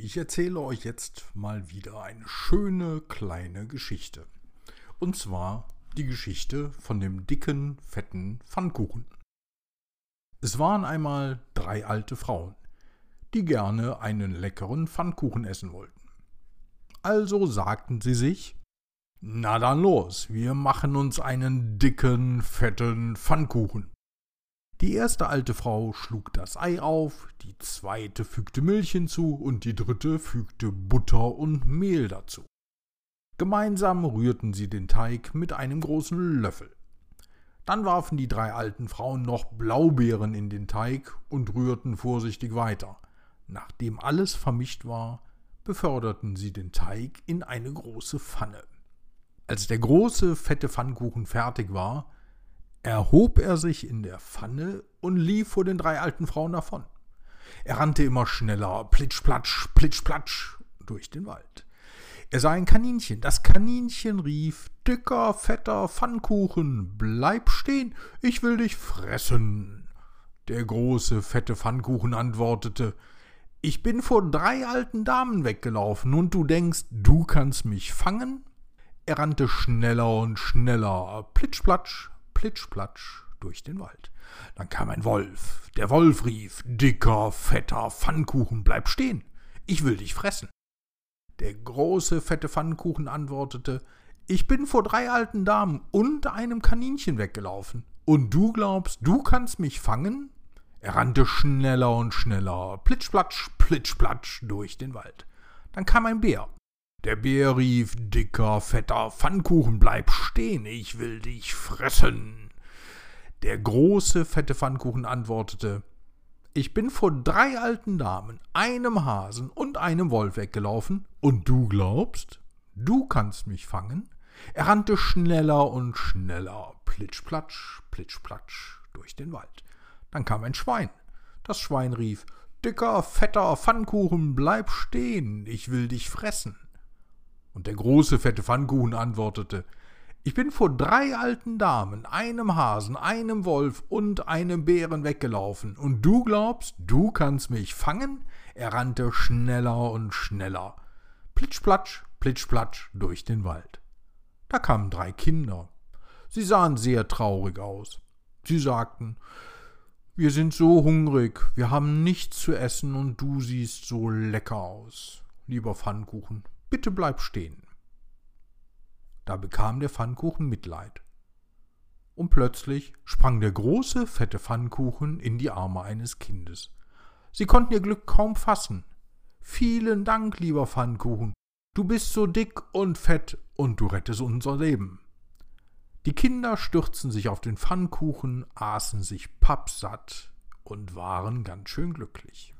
Ich erzähle euch jetzt mal wieder eine schöne kleine Geschichte. Und zwar die Geschichte von dem dicken, fetten Pfannkuchen. Es waren einmal 3 alte Frauen, die gerne einen leckeren Pfannkuchen essen wollten. Also sagten sie sich: Na dann los, wir machen uns einen dicken, fetten Pfannkuchen. Die erste alte Frau schlug das Ei auf, die zweite fügte Milch hinzu und die dritte fügte Butter und Mehl dazu. Gemeinsam rührten sie den Teig mit einem großen Löffel. Dann warfen die 3 alten Frauen noch Blaubeeren in den Teig und rührten vorsichtig weiter. Nachdem alles vermischt war, beförderten sie den Teig in eine große Pfanne. Als der große, fette Pfannkuchen fertig war, erhob er sich in der Pfanne und lief vor den 3 alten Frauen davon. Er rannte immer schneller, plitsch, platsch, durch den Wald. Er sah ein Kaninchen. Das Kaninchen rief: Dicker, fetter Pfannkuchen, bleib stehen, ich will dich fressen. Der große, fette Pfannkuchen antwortete: Ich bin vor 3 alten Damen weggelaufen und du denkst, du kannst mich fangen? Er rannte schneller und schneller, plitsch, platsch, durch den Wald. Dann kam ein Wolf. Der Wolf rief: Dicker, fetter Pfannkuchen, bleib stehen, ich will dich fressen. Der große, fette Pfannkuchen antwortete: Ich bin vor 3 alten Damen und einem Kaninchen weggelaufen. Und du glaubst, du kannst mich fangen? Er rannte schneller und schneller, plitsch, platsch, durch den Wald. Dann kam ein Bär. Der Bär rief: Dicker, fetter Pfannkuchen, bleib stehen, ich will dich fressen. Der große, fette Pfannkuchen antwortete: Ich bin vor 3 alten Damen, einem Hasen und einem Wolf weggelaufen. Und du glaubst, du kannst mich fangen? Er rannte schneller und schneller, plitsch, platsch, durch den Wald. Dann kam ein Schwein. Das Schwein rief: Dicker, fetter Pfannkuchen, bleib stehen, ich will dich fressen. Und der große, fette Pfannkuchen antwortete: Ich bin vor 3 alten Damen, einem Hasen, einem Wolf und einem Bären weggelaufen. Und du glaubst, du kannst mich fangen? Er rannte schneller und schneller, plitsch, platsch, durch den Wald. Da kamen 3 Kinder. Sie sahen sehr traurig aus. Sie sagten: Wir sind so hungrig, wir haben nichts zu essen und du siehst so lecker aus. Lieber Pfannkuchen, bitte bleib stehen. Da bekam der Pfannkuchen Mitleid. Und plötzlich sprang der große, fette Pfannkuchen in die Arme eines Kindes. Sie konnten ihr Glück kaum fassen. Vielen Dank, lieber Pfannkuchen. Du bist so dick und fett und du rettest unser Leben. Die Kinder stürzten sich auf den Pfannkuchen, aßen sich pappsatt und waren ganz schön glücklich.